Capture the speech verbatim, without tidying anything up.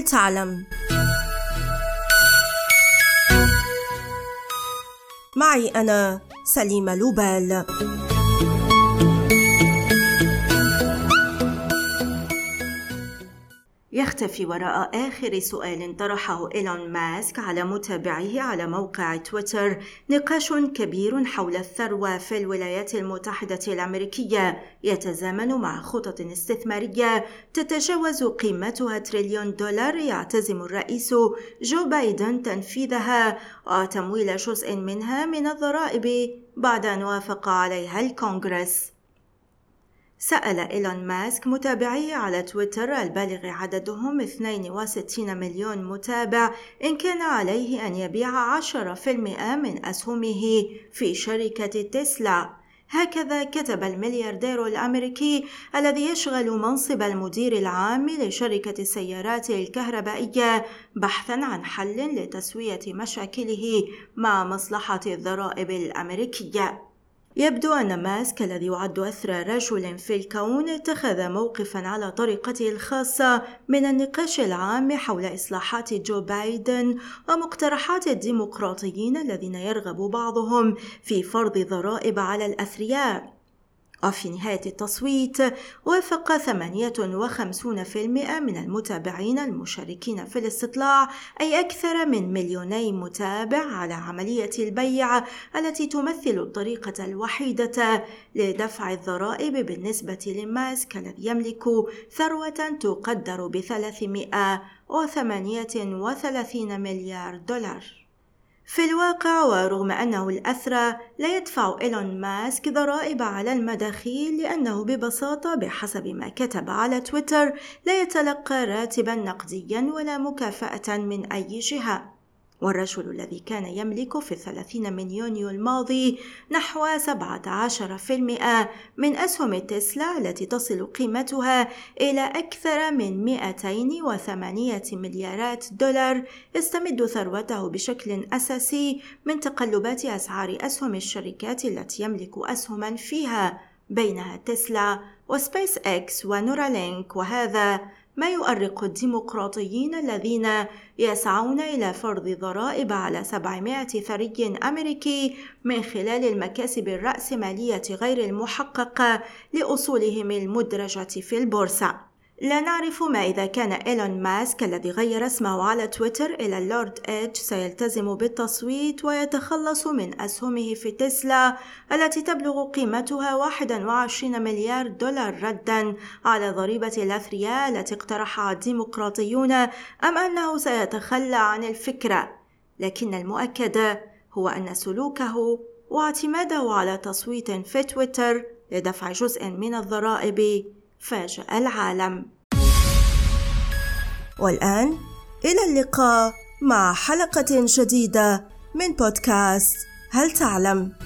هل تعلم؟ معي أنا سليمة لوبال. يختفي وراء آخر سؤال طرحه إيلون ماسك على متابعيه على موقع تويتر نقاش كبير حول الثروة في الولايات المتحدة الأمريكية يتزامن مع خطط استثمارية تتجاوز قيمتها تريليون دولار يعتزم الرئيس جو بايدن تنفيذها وتمويل جزء منها من الضرائب بعد أن وافق عليها الكونغرس. سأل إيلون ماسك متابعيه على تويتر البالغ عددهم اثنين وستين مليون متابع إن كان عليه أن يبيع عشرة بالمئة من أسهمه في شركة تسلا. هكذا كتب الملياردير الأمريكي الذي يشغل منصب المدير العام لشركة السيارات الكهربائية بحثاً عن حل لتسوية مشاكله مع مصلحة الضرائب الأمريكية. يبدو أن ماسك الذي يعد أثرى رجل في الكون اتخذ موقفاً على طريقته الخاصة من النقاش العام حول إصلاحات جو بايدن ومقترحات الديمقراطيين الذين يرغب بعضهم في فرض ضرائب على الأثرياء. وفي نهاية التصويت وافق ثمانية وخمسين بالمئة من المتابعين المشاركين في الاستطلاع أي أكثر من مليوني متابع على عملية البيع التي تمثل الطريقة الوحيدة لدفع الضرائب بالنسبة لماسك الذي يملك ثروة تقدر بثلاثمائة وثمانية وثلاثين مليار دولار. في الواقع ورغم أنه الأثرى لا يدفع إيلون ماسك ضرائب على المداخيل لأنه ببساطة بحسب ما كتب على تويتر لا يتلقى راتبا نقديا ولا مكافأة من أي جهة. والرجل الذي كان يملك في الثلاثين من يونيو الماضي نحو سبعة عشر بالمئة من أسهم تسلا التي تصل قيمتها إلى أكثر من مئتين وثمانية مليارات دولار يستمد ثروته بشكل أساسي من تقلبات أسعار أسهم الشركات التي يملك أسهما فيها بينها تسلا وسبيس إكس ونورالينك، وهذا ما يؤرق الديمقراطيين الذين يسعون إلى فرض ضرائب على سبعمائة ثري أمريكي من خلال المكاسب الرأسمالية غير المحققة لأصولهم المدرجة في البورصة. لا نعرف ما إذا كان إيلون ماسك الذي غير اسمه على تويتر إلى اللورد إيدج سيلتزم بالتصويت ويتخلص من أسهمه في تسلا التي تبلغ قيمتها واحد وعشرين مليار دولار ردا على ضريبة الأثرياء التي اقترحها الديمقراطيون، أم أنه سيتخلى عن الفكرة. لكن المؤكد هو أن سلوكه واعتماده على تصويت في تويتر لدفع جزء من الضرائب فاجأ العالم. والآن إلى اللقاء مع حلقة جديدة من بودكاست هل تعلم؟